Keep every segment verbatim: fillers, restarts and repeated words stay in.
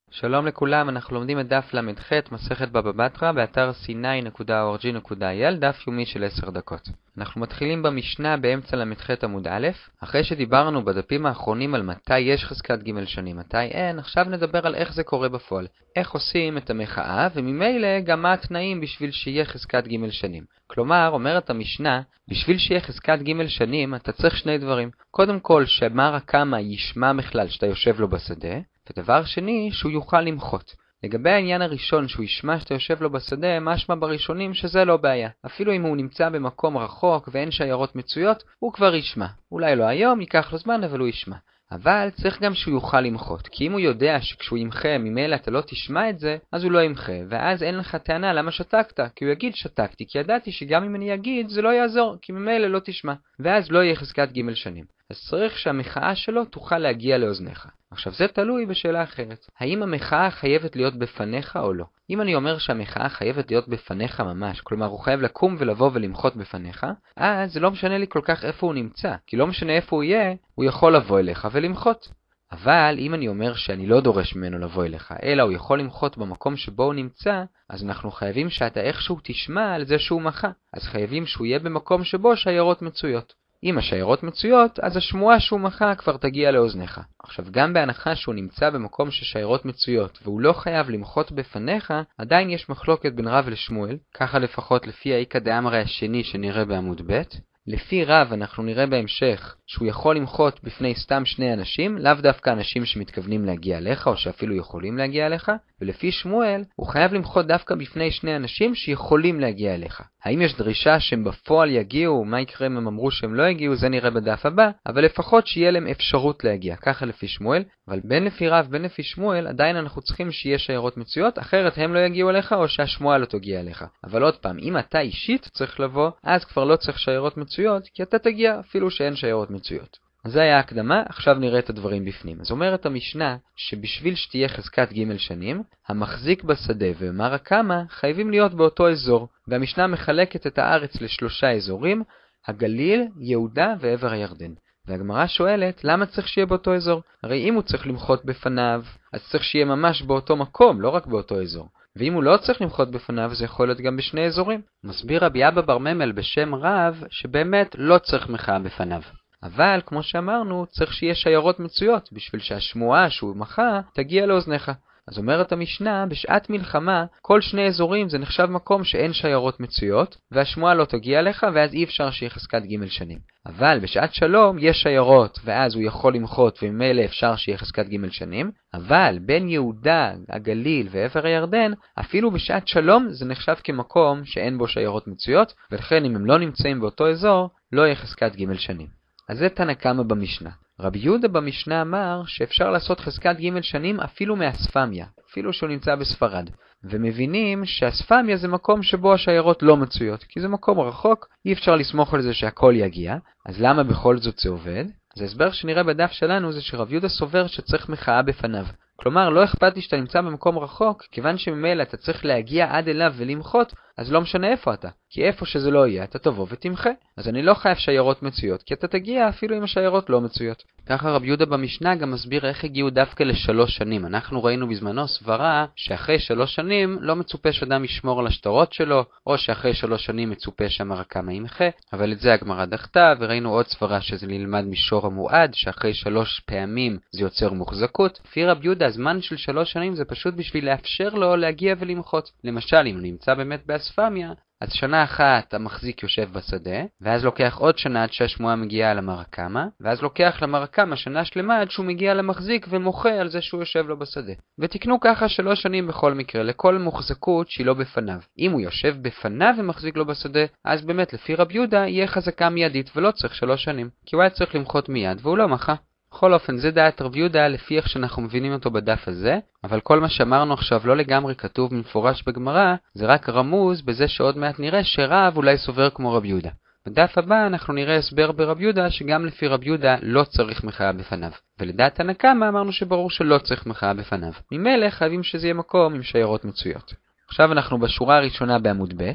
שלום לכולם, אנחנו לומדים את דף למד ח' מסכת בבא בתרא באתר סיני נקודה או אר ג'י נקודה איי אל, דף יומי של עשר דקות. אנחנו מתחילים במשנה באמצע למד ח' עמוד א', אחרי שדיברנו בדפים האחרונים על מתי יש חזקת ג' שנים, מתי אין, עכשיו נדבר על איך זה קורה בפועל. איך עושים את המחאה, וממילא גם מה התנאים בשביל שיהיה חזקת ג' שנים. כלומר, אומרת המשנה, בשביל שיהיה חזקת ג' שנים, אתה צריך שני דברים. קודם כל, שמר הקמה ישמע בכלל שאתה יושב לו בשדה, ודבר שני, שהוא יוכל למחות. לגבי העניין הראשון, שהוא ישמע שאתה יושב לו בשדה, משמע בראשונים שזה לא בעיה. אפילו אם הוא נמצא במקום רחוק ואין שיירות מצויות, הוא כבר ישמע. אולי לא היום, ייקח לו זמן, אבל הוא ישמע. אבל צריך גם שהוא יוכל למחות, כי אם הוא יודע שכשהוא ימחה ממילא אתה לא תשמע את זה, אז הוא לא ימחה, ואז אין לך טענה למה שתקת, כי הוא יגיד שתקתי, כי ידעתי שגם אם אני אגיד זה לא יעזור, כי ממילא לא תשמע, ואז לא יהיה חזקת ג' שנים. אז צריך שהמחאה שלו תוכל להגיע לאוזניך. עכשיו זה תלוי בשאלה אחרת. האם המחאה חייבת להיות בפניך או לא? אם אני אומר שהמחאה חייבת להיות בפניך ממש, כלומר הוא חייב לקום ולבוא ולמחות בפניך, אז זה לא משנה לי כל כך איפה הוא נמצא, כי לא משנה איפה הוא יהיה, הוא יכול לבוא אליך ולמחות. אבל אם אני אומר שאני לא דורש ממנו לבוא אליך, אלא הוא יכול למחות במקום שבו הוא נמצא, אז אנחנו חייבים שאתה איכשהו תשמע על זה שהוא מחה. אז חייבים שהוא יהיה במקום שבו שיירות מצויות. אם השיירות מצויות, אז השמועה שהוא מחה כבר תגיע לאוזניך. עכשיו, גם בהנחה שהוא נמצא במקום ששיירות מצויות, והוא לא חייב למחות בפניך, עדיין יש מחלוקת בין רב לשמואל, ככה לפחות לפי האיכא דאמרי השני שנראה בעמוד ב'. לפי רב אנחנו נראה בהמשך שהוא יכול למחות בפני סתם שני אנשים, לאו דווקא אנשים שמתכוונים להגיע אליך או שאפילו יכולים להגיע אליך, ולפי שמואל הוא חייב למחות דווקא בפני שני אנשים שיכולים להגיע אליך. האם יש דרישה שהם בפועל יגיעו, מה יקרה אם הם אמרו שהם לא יגיעו, זה נראה בדף הבא, אבל לפחות שיהיה להם אפשרות להגיע, ככה לפי שמואל. אבל בין לפי רב בין לפי שמואל עדיין אנחנו צריכים שיהיה שיירות מצויות, אחרת הם לא יגיעו אליך או שהשמועה לא תגיע אליך. אבל עוד פעם, אם אתה אישית צריך לבוא, אז כבר לא צריך שיירות מצויות, כי אתה תגיע אפילו שאין שיירות מצויות. אז זה היה ההקדמה, עכשיו נראה את הדברים בפנים. אז אומרת המשנה שבשביל שתהיה חזקת ג' שנים, המחזיק בשדה ומר הקמה חייבים להיות באותו אזור, והמשנה מחלקת את הארץ לשלושה אזורים, הגליל, יהודה ועבר הירדן. והגמרא שואלת, למה צריך שיהיה באותו אזור? הרי אם הוא צריך למחות בפניו, אז צריך שיהיה ממש באותו מקום, לא רק באותו אזור. ואם הוא לא צריך למחות בפניו, זה יכול להיות גם בשני אזורים. מסביר רבי אבא בר ממל בשם רב, שבאמת לא צריך מחאה בפניו. אבל, כמו שאמרנו, צריך שיהיה שיירות מצויות, בשביל שהשמועה שהוא מחה תגיע לאוזניך. אז אומרת המשנה, בשעת מלחמה, כל שני אזורים זה נחשב מקום שאין שיירות מצויות, והשמועה לא תגיע לך, ואז אי אפשר שיהיה חזקת ג' שנים. אבל בשעת שלום יש שיירות, ואז הוא יכול למחות, וממילא אפשר שיהיה חזקת ג' שנים. אבל בין יהודה, הגליל ועבר הירדן, אפילו בשעת שלום זה נחשב כמקום שאין בו שיירות מצויות, ולכן אם הם לא נמצאים באותו אזור, לא יהיה חזקת ג' שנים. אז זה תנא קמא במשנה. רבי יהודה במשנה אמר שאפשר לעשות חזקת ג' שנים אפילו מאספמיה, אפילו שהוא נמצא בספרד. ומבינים שהאספמיה זה מקום שבו השיירות לא מצויות, כי זה מקום רחוק, אי אפשר לסמוך על זה שהכל יגיע. אז למה בכל זאת זה עובד? אז ההסבר שנראה בדף שלנו זה שרבי יהודה סובר שצריך מחאה בפניו. כלומר, לא אכפת לי שאתה נמצא במקום רחוק, כיוון שממילא אתה צריך להגיע עד אליו ולמחות, אז לא משנה איפה אתה. כי איפה שזה לא יהיה, אתה תבוא ותמחה. אז אני לא חייב שיירות מצויות, כי אתה תגיע אפילו אם השיירות לא מצויות. ככה רבי יהודה במשנה גם מסביר איך הגיעו דווקא לשלוש שנים. אנחנו ראינו בזמנו סברה שאחרי שלוש שנים לא מצופה שאדם ישמור על השטרות שלו, או שאחרי שלוש שנים מצופה שמר הקמה ימחה, אבל את זה הגמרא דחתה, וראינו עוד סברה שזה נלמד משור המועד, שאחרי שלוש פעמים זה יוצר מוחזקות. לפי רבי יהודה הזמן של שלוש שנים זה פשוט בשביל לאפשר לו להגיע ולמחות. למשל, אם הוא נמצא באמת באספמיה, אז שנה אחת המחזיק יושב בשדה, ואז לוקח עוד שנה עד שהשמועה מגיעה למר הקמה, ואז לוקח למר הקמה שנה שלמה עד שהוא מגיע למחזיק ומוחה על זה שהוא יושב לו בשדה. ותקנו ככה שלוש שנים בכל מקרה, לכל מוחזקות שהיא לא בפניו. אם הוא יושב בפניו ומחזיק לו בשדה, אז באמת לפי רבי יהודה יהיה חזקה מיידית ולא צריך שלוש שנים, כי הוא היה צריך למחות מיד והוא לא מחה. בכל אופן, זה דעת רבי יהודה לפי איך שאנחנו מבינים אותו בדף הזה, אבל כל מה שאמרנו עכשיו לא לגמרי כתוב במפורש בגמרא, זה רק רמוז בזה שעוד מעט נראה שרב אולי סובר כמו רבי יהודה. בדף הבא אנחנו נראה הסבר ברבי יהודה שגם לפי רבי יהודה לא צריך מחאה בפניו. ולדעת תנא קמא אמרנו שברור שלא צריך מחאה בפניו. ממילא חייבים שזה יהיה מקום עם שיירות מצויות. עכשיו אנחנו בשורה הראשונה בעמוד ב',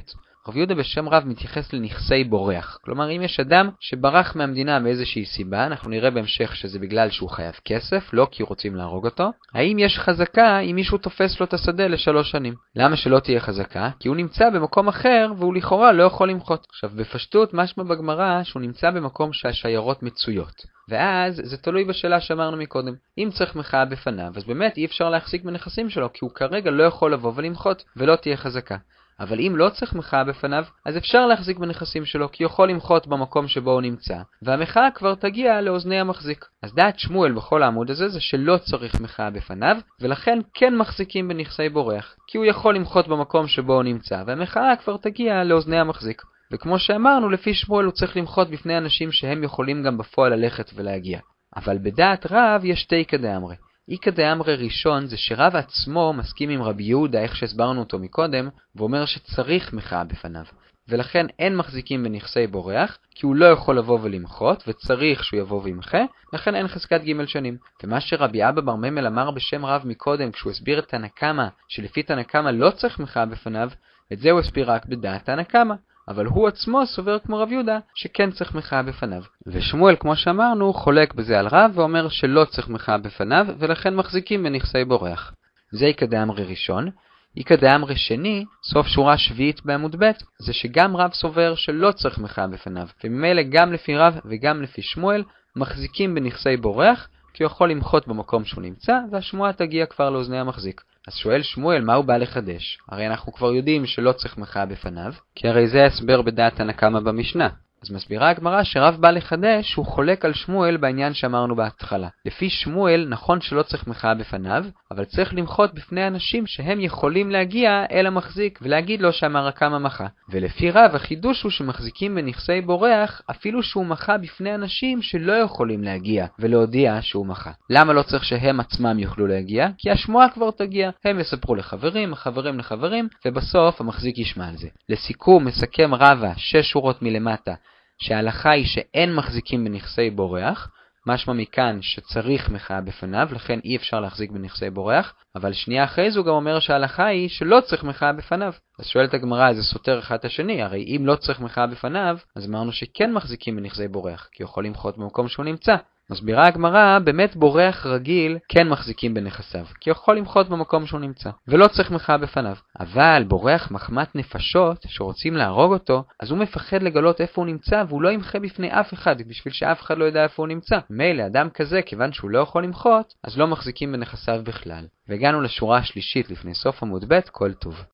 רב יהודה בשם רב מתייחס לנכסי בורח. כלומר, אם יש אדם שברח מהמדינה מאיזושהי סיבה, אנחנו נראה בהמשך שזה בגלל שהוא חייב כסף, לא כי רוצים להרוג אותו. האם יש חזקה אם מישהו תופס לו את השדה לשלוש שנים? למה שלא תהיה חזקה? כי הוא נמצא במקום אחר והוא לכאורה לא יכול למחות. עכשיו, בפשטות משמע בגמרא שהוא נמצא במקום שהשיירות מצויות. ואז זה תלוי בשאלה שאמרנו מקודם. אם צריך מחאה בפניו, אז באמת אי אפשר להחזיק בנכסים שלו, כי הוא כרגע לא יכול לבוא ולמחות ולא תהיה חזקה. אבל אם לא צריך מחאה בפניו, אז אפשר להחזיק בנכסים שלו, כי הוא יכול למחות במקום שבו הוא נמצא, והמחאה כבר תגיע לאוזני המחזיק. אז דעת שמואל בכל העמוד הזה זה שלא צריך מחאה בפניו, ולכן כן מחזיקים בנכסי בורח, כי הוא יכול למחות במקום שבו הוא נמצא, והמחאה כבר תגיע לאוזני המחזיק. וכמו שאמרנו, לפי שמואל הוא צריך למחות בפני אנשים שהם יכולים גם בפועל ללכת ולהגיע. אבל בדעת רב יש שתי כדאמרי. איקא דאמרי ראשון זה שרב עצמו מסכים עם רבי יהודה, איך שהסברנו אותו מקודם, ואומר שצריך מחאה בפניו. ולכן אין מחזיקים בנכסי בורח, כי הוא לא יכול לבוא ולמחות, וצריך שהוא יבוא וימחה, לכן אין חזקת ג' שנים. ומה שרבי אבא בר ממל אמר בשם רב מקודם, כשהוא הסביר את תנא קמא, שלפי תנא קמא לא צריך מחאה בפניו, את זה הוא הסביר רק בדעת תנא קמא. אבל הוא עצמו סובר כמו רב יהודה שכן צריך מחאה בפניו. ושמואל, כמו שאמרנו, חולק בזה על רב ואומר שלא צריך מחאה בפניו, ולכן מחזיקים בנכסי בורח. זה איקא דאמרי ראשון. איקא דאמרי שני, סוף שורה שביעית בעמוד ב', זה שגם רב סובר שלא צריך מחאה בפניו, וממילא גם לפי רב וגם לפי שמואל מחזיקים בנכסי בורח, כי הוא יכול למחות במקום שהוא נמצא, והשמועה תגיע כבר לאוזני המחזיק. אז שואל שמואל, מה הוא בא לחדש? הרי אנחנו כבר יודעים שלא צריך מחאה בפניו, כי הרי זה הסבר בדעת תנא קמא במשנה. אז מסבירה הגמרא שרב בא לחדש, הוא חולק על שמואל בעניין שאמרנו בהתחלה. לפי שמואל, נכון שלא צריך מחאה בפניו, אבל צריך למחות בפני אנשים שהם יכולים להגיע אל המחזיק, ולהגיד לו שאמר הקמא מחה. ולפי רב, החידוש הוא שמחזיקים בנכסי בורח, אפילו שהוא מחה בפני אנשים שלא יכולים להגיע, ולהודיע שהוא מחה. למה לא צריך שהם עצמם יוכלו להגיע? כי השמועה כבר תגיע. הם יספרו לחברים, החברים לחברים, ובסוף המחזיק ישמע על זה. לסיכום, מסכם רבא, שש שורות מלמטה, שההלכה היא שאין מחזיקים בנכסי בורח, משמע מכאן שצריך מחאה בפניו, לכן אי אפשר להחזיק בנכסי בורח, אבל שנייה אחרי זה הוא גם אומר שההלכה היא שלא צריך מחאה בפניו. אז שואלת הגמרא, זה סותר אחד את השני, הרי אם לא צריך מחאה בפניו, אז אמרנו שכן מחזיקים בנכסי בורח, כי הוא יכול למחות במקום שהוא נמצא. מסבירה הגמרא, באמת בורח רגיל כן מחזיקים בנכסיו, כי הוא יכול למחות במקום שהוא נמצא, ולא צריך מחאה בפניו. אבל בורח מחמת נפשות שרוצים להרוג אותו, אז הוא מפחד לגלות איפה הוא נמצא, והוא לא ימחה בפני אף אחד, בשביל שאף אחד לא ידע איפה הוא נמצא. מילא, אדם כזה, כיוון שהוא לא יכול למחות, אז לא מחזיקים בנכסיו בכלל. והגענו לשורה השלישית לפני סוף עמוד ב', כל טוב.